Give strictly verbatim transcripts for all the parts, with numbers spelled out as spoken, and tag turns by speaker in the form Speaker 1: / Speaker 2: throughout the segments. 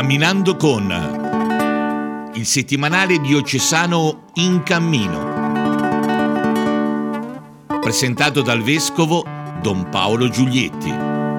Speaker 1: Camminando con, il settimanale diocesano In Cammino, presentato dal vescovo Don Paolo Giulietti.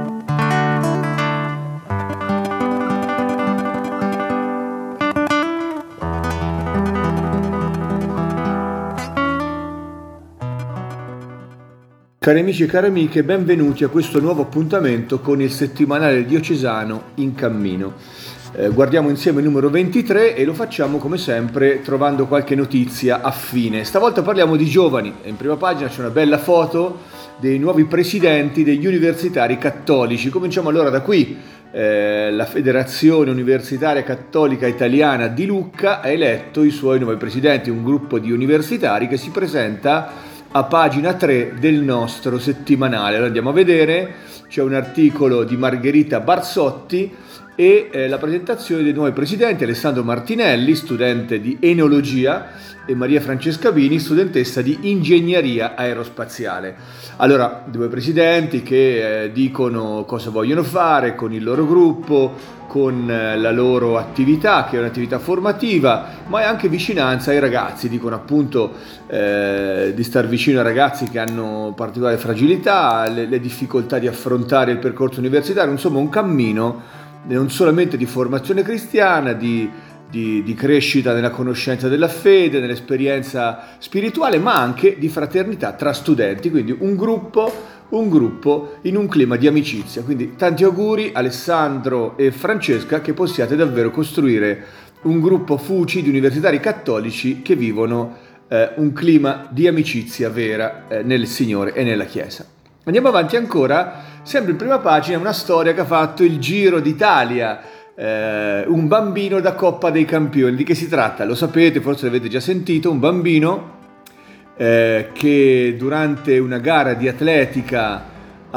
Speaker 2: Cari amici e cari amiche, benvenuti a questo nuovo appuntamento con il settimanale diocesano In Cammino. Eh, guardiamo insieme il numero ventitré e lo facciamo come sempre trovando qualche notizia affine. Stavolta parliamo di giovani e in prima pagina c'è una bella foto dei nuovi presidenti degli universitari cattolici. Cominciamo allora da qui. Eh, la Federazione Universitaria Cattolica Italiana di Lucca ha eletto i suoi nuovi presidenti, un gruppo di universitari che si presenta a pagina tre del nostro settimanale. Allora andiamo a vedere, c'è un articolo di Margherita Barsotti e eh, la presentazione dei nuovi presidenti: Alessandro Martinelli, studente di enologia, e Maria Francesca Bini, studentessa di ingegneria aerospaziale. Allora, due presidenti che eh, dicono cosa vogliono fare con il loro gruppo, con la loro attività, che è un'attività formativa, ma è anche vicinanza ai ragazzi. Dicono appunto eh, di star vicino ai ragazzi che hanno particolare fragilità, le, le difficoltà di affrontare il percorso universitario, insomma un cammino non solamente di formazione cristiana, di, di, di crescita nella conoscenza della fede, nell'esperienza spirituale, ma anche di fraternità tra studenti, quindi un gruppo un gruppo in un clima di amicizia. Quindi tanti auguri Alessandro e Francesca, che possiate davvero costruire un gruppo F U C I di universitari cattolici che vivono eh, un clima di amicizia vera eh, nel Signore e nella Chiesa. Andiamo avanti ancora, sempre in prima pagina, una storia che ha fatto il Giro d'Italia, eh, un bambino da Coppa dei Campioni. Di che si tratta? Lo sapete, forse l'avete già sentito, un bambino Eh, che durante una gara di atletica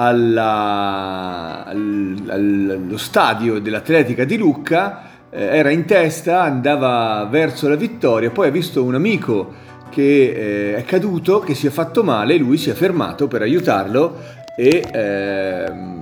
Speaker 2: alla, al, allo stadio dell'atletica di Lucca eh, era in testa, andava verso la vittoria, poi ha visto un amico che eh, è caduto, che si è fatto male, lui si è fermato per aiutarlo e eh,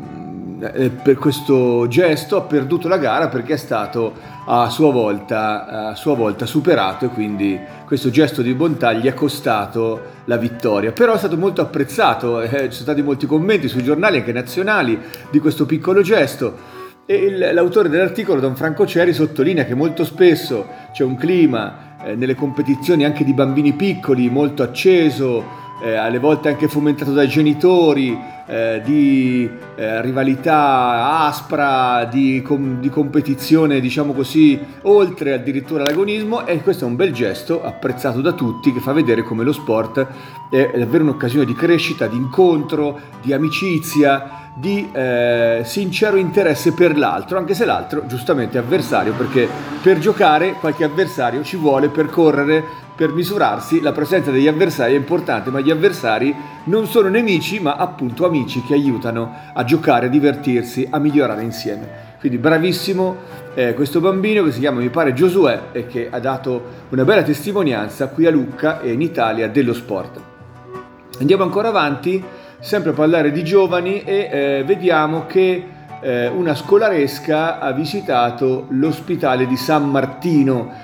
Speaker 2: per questo gesto ha perduto la gara, perché è stato a sua volta, a sua volta superato, e quindi questo gesto di bontà gli è costato la vittoria. Però è stato molto apprezzato, eh, ci sono stati molti commenti sui giornali anche nazionali di questo piccolo gesto, e il, l'autore dell'articolo, Don Franco Ceri, sottolinea che molto spesso c'è un clima eh, nelle competizioni anche di bambini piccoli molto acceso, Eh, alle volte anche fomentato dai genitori, eh, di eh, rivalità aspra, di, com- di competizione, diciamo così, oltre addirittura l'agonismo, e questo è un bel gesto apprezzato da tutti, che fa vedere come lo sport è davvero un'occasione di crescita, di incontro, di amicizia, di eh, sincero interesse per l'altro, anche se l'altro giustamente è avversario, perché per giocare qualche avversario ci vuole, per correre, per misurarsi. La presenza degli avversari è importante, ma gli avversari non sono nemici, ma appunto amici che aiutano a giocare, a divertirsi, a migliorare insieme. Quindi bravissimo eh, questo bambino, che si chiama, mi pare, Giosuè, e che ha dato una bella testimonianza qui a Lucca e in Italia dello sport. Andiamo ancora avanti, sempre a parlare di giovani, e eh, vediamo che eh, una scolaresca ha visitato l'ospedale di San Martino.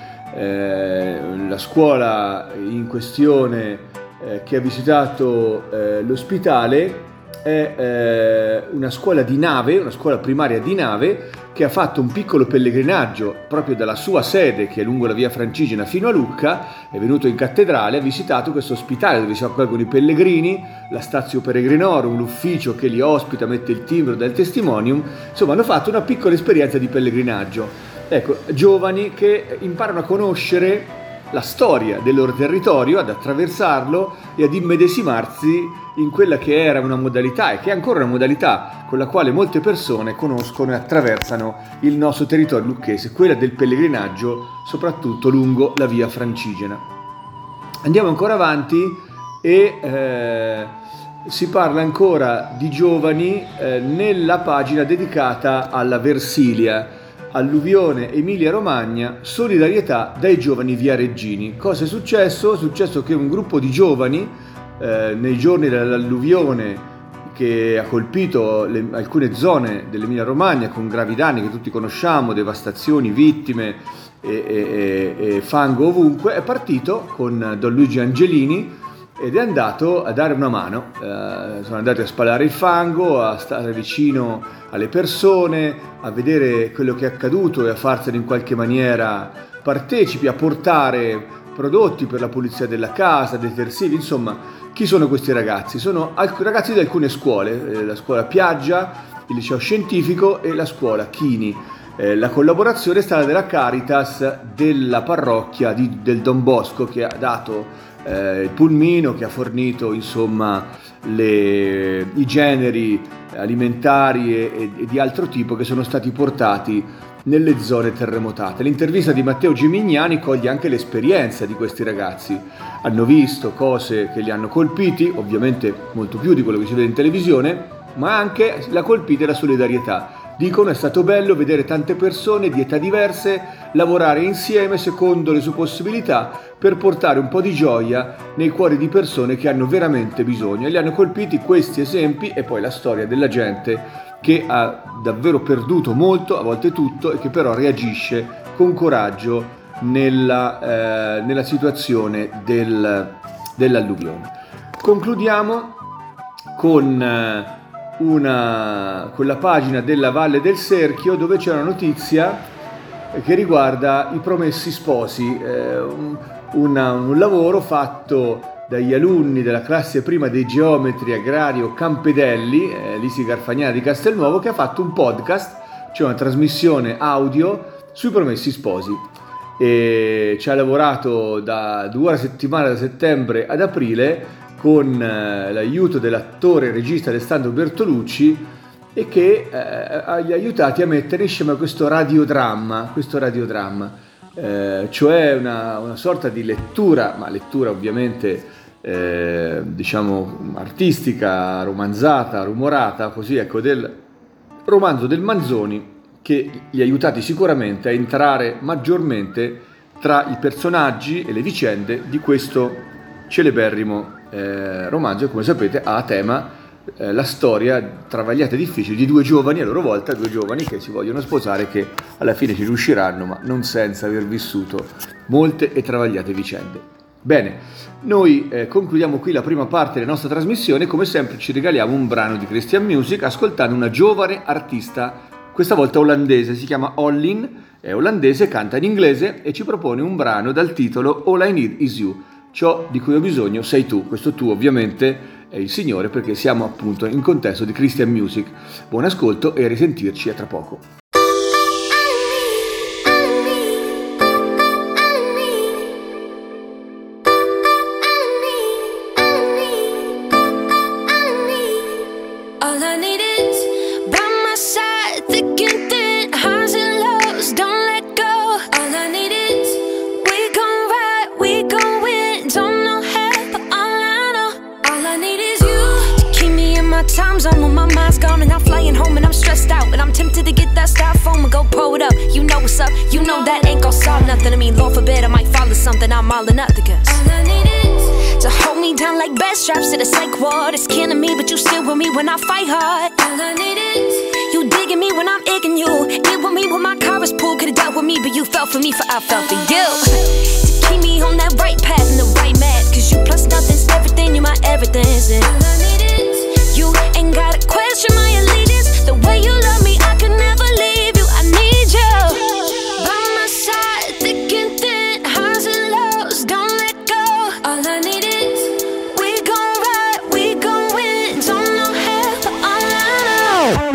Speaker 2: Eh, la scuola in questione eh, che ha visitato eh, l'ospedale è eh, una scuola di Nave, una scuola primaria di Nave, che ha fatto un piccolo pellegrinaggio proprio dalla sua sede, che è lungo la via Francigena, fino a Lucca. È venuto in cattedrale, ha visitato questo ospedale dove si accolgono i pellegrini, la Stazio Peregrinorum, l'ufficio che li ospita, mette il timbro del testimonium. Insomma, hanno fatto una piccola esperienza di pellegrinaggio. Ecco, giovani che imparano a conoscere la storia del loro territorio, ad attraversarlo e ad immedesimarsi in quella che era una modalità, e che è ancora una modalità con la quale molte persone conoscono e attraversano il nostro territorio lucchese, quella del pellegrinaggio, soprattutto lungo la via Francigena. Andiamo ancora avanti e eh, si parla ancora di giovani eh, nella pagina dedicata alla Versilia. Alluvione Emilia-Romagna, solidarietà dai giovani viareggini. Cosa è successo? È successo che un gruppo di giovani eh, nei giorni dell'alluvione che ha colpito le, alcune zone dell'Emilia Romagna con gravi danni che tutti conosciamo, devastazioni, vittime e, e, e fango ovunque, è partito con Don Luigi Angelini ed è andato a dare una mano. Eh, sono andati a spalare il fango, a stare vicino alle persone, a vedere quello che è accaduto e a farsene in qualche maniera partecipi, a portare prodotti per la pulizia della casa, detersivi, insomma. Chi sono questi ragazzi? Sono ragazzi di alcune scuole, eh, la scuola Piaggia, il liceo scientifico e la scuola Chini. Eh, la collaborazione è stata della Caritas della parrocchia di, del Don Bosco, che ha dato eh, il pulmino, che ha fornito insomma le, i generi alimentari e, e, e di altro tipo che sono stati portati nelle zone terremotate. L'intervista di Matteo Gimignani coglie anche l'esperienza di questi ragazzi. Hanno visto cose che li hanno colpiti, ovviamente molto più di quello che si vede in televisione, ma anche la colpita la solidarietà. Dicono è stato bello vedere tante persone di età diverse lavorare insieme secondo le sue possibilità per portare un po' di gioia nei cuori di persone che hanno veramente bisogno. E li hanno colpiti questi esempi e poi la storia della gente che ha davvero perduto molto, a volte tutto, e che però reagisce con coraggio nella, eh, nella situazione del, dell'alluvione. Concludiamo con, eh, una, con la pagina della Valle del Serchio, dove c'è una notizia che riguarda i Promessi Sposi, eh, un, una, un lavoro fatto dagli alunni della classe prima dei geometri agrario Campedelli, eh, Lisi Garfagnana di Castelnuovo, che ha fatto un podcast, cioè una trasmissione audio sui Promessi Sposi. E ci ha lavorato da due settimane, da settembre ad aprile, con eh, l'aiuto dell'attore e regista Alessandro Bertolucci, e che eh, ha aiutati a mettere insieme questo radiodramma, questo radiodramma, eh, cioè una, una sorta di lettura, ma lettura ovviamente Eh, diciamo artistica, romanzata, rumorata, così ecco, del romanzo del Manzoni, che li ha aiutati sicuramente a entrare maggiormente tra i personaggi e le vicende di questo celeberrimo eh, romanzo, che come sapete ha a tema eh, la storia travagliata e difficile di due giovani, a loro volta due giovani che si vogliono sposare, che alla fine ci riusciranno, ma non senza aver vissuto molte e travagliate vicende. Bene, noi eh, concludiamo qui la prima parte della nostra trasmissione. Come sempre ci regaliamo un brano di Christian Music ascoltando una giovane artista, questa volta olandese, si chiama Ollin, è olandese, canta in inglese e ci propone un brano dal titolo All I Need Is You, ciò di cui ho bisogno sei tu. Questo tu ovviamente è il Signore, perché siamo appunto in contesto di Christian Music. Buon ascolto e a risentirci a tra poco.
Speaker 3: Times I'm when my mind's gone and I'm flying home and I'm stressed out and I'm tempted to get that styrofoam and go pull it up. You know what's up, you know that ain't gon' solve nothing to me. Lord forbid I might fall to something I'm all or nothing, cause all I need is to hold me down like bed straps to the psych ward. It's killing me but you still with me when I fight hard. All I need is you digging me when I'm igging you. Get with me when my car is pulled, could've dealt with me but you fell for me for I fell for you. To keep me on that right path and the right mat, cause you plus nothing's everything, you're my everything. And all I need is you ain't gotta question my allegiance. The way you love me, I could never leave you. I need you by my side, thick and thin, highs and lows, don't let go. All I need is we gon' ride, we gon' win. Don't know how, but all I know,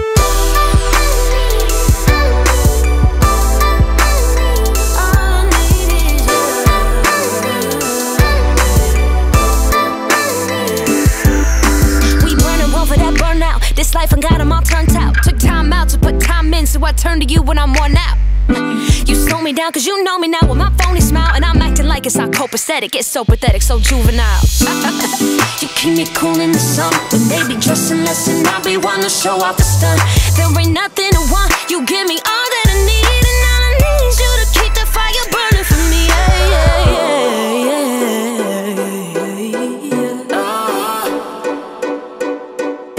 Speaker 3: all I need is you. We burning one for that burnout. This life I got them all turned out. Took time out to put time in, so I turn to you when I'm worn out. You slow me down cause you know me now with my phony smile, and I'm acting like it's all copacetic. It's so pathetic, so juvenile. You keep me cool in the sun when they be dressing less and I be wanting to show off the stunt. There ain't nothing to want, you give me all that I need, and all I need is you to keep the fire burning for me. Yeah, yeah, yeah, yeah, yeah, yeah.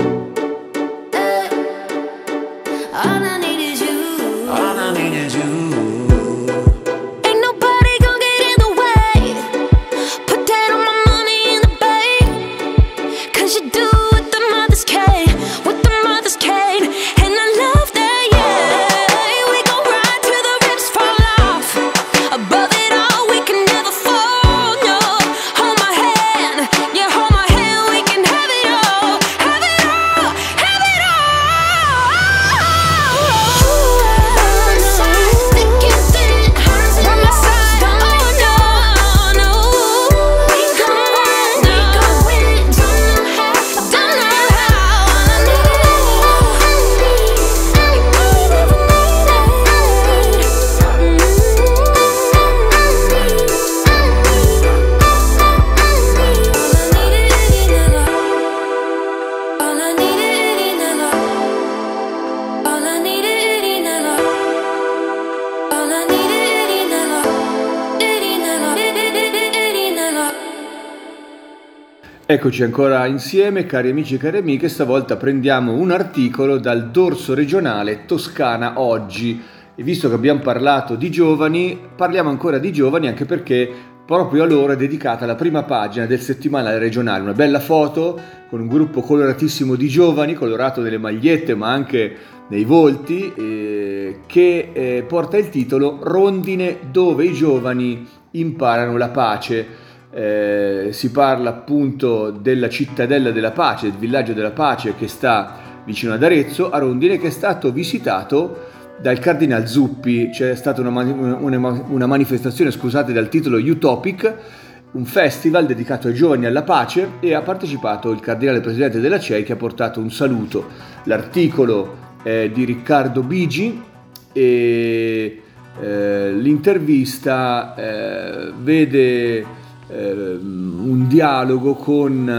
Speaker 2: Eccoci ancora insieme, cari amici e cari amiche. Stavolta prendiamo un articolo dal dorso regionale Toscana Oggi. E visto che abbiamo parlato di giovani, parliamo ancora di giovani, anche perché proprio a loro è dedicata la prima pagina del settimanale regionale. Una bella foto con un gruppo coloratissimo di giovani, colorato nelle magliette ma anche nei volti, eh, che eh, porta il titolo Rondine dove i giovani imparano la pace. Eh, si parla appunto della cittadella della pace, del villaggio della pace che sta vicino ad Arezzo, a Rondine, che è stato visitato dal Cardinal Zuppi. C'è stata una, una, una manifestazione, scusate, dal titolo Utopic, un festival dedicato ai giovani e alla pace, e ha partecipato il Cardinale Presidente della C E I, che ha portato un saluto. L'articolo è di Riccardo Bigi e eh, l'intervista eh, vede un dialogo con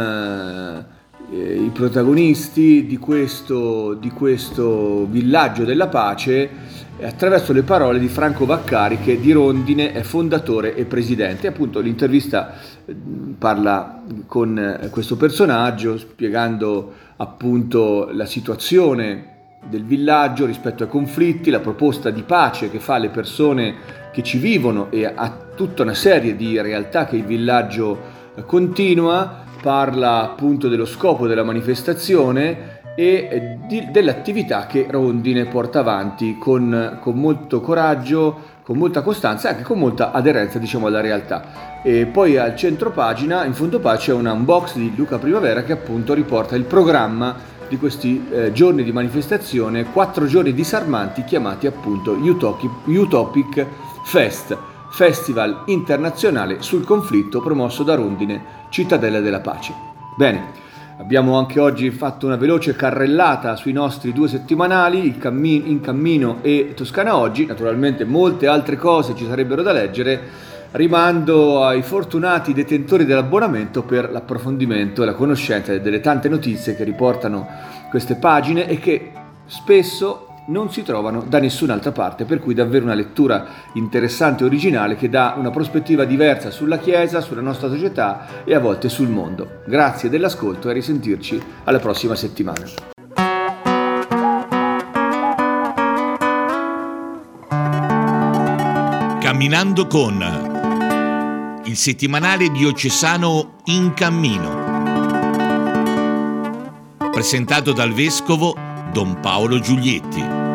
Speaker 2: eh, i protagonisti di questo, di questo villaggio della pace attraverso le parole di Franco Vaccari, che di Rondine è fondatore e presidente. Appunto l'intervista parla con questo personaggio spiegando appunto la situazione del villaggio rispetto ai conflitti, la proposta di pace che fa alle persone che ci vivono e a tutta una serie di realtà che il villaggio continua. Parla appunto dello scopo della manifestazione e di, dell'attività che Rondine porta avanti con, con molto coraggio, con molta costanza e anche con molta aderenza, diciamo, alla realtà. E poi al centro pagina, in fondo pagina, c'è un unbox di Luca Primavera che appunto riporta il programma di questi eh, giorni di manifestazione, quattro giorni disarmanti chiamati appunto Utopic, Utopic Fest, Festival internazionale sul conflitto promosso da Rondine, cittadella della pace. Bene, abbiamo anche oggi fatto una veloce carrellata sui nostri due settimanali, il Cammin- In Cammino e Toscana Oggi. Naturalmente molte altre cose ci sarebbero da leggere. Rimando ai fortunati detentori dell'abbonamento per l'approfondimento e la conoscenza delle tante notizie che riportano queste pagine e che spesso non si trovano da nessun'altra parte, per cui davvero una lettura interessante e originale che dà una prospettiva diversa sulla Chiesa, sulla nostra società e a volte sul mondo. Grazie dell'ascolto e a risentirci alla prossima settimana.
Speaker 1: Camminando con il settimanale diocesano In Cammino, presentato dal vescovo Don Paolo Giulietti.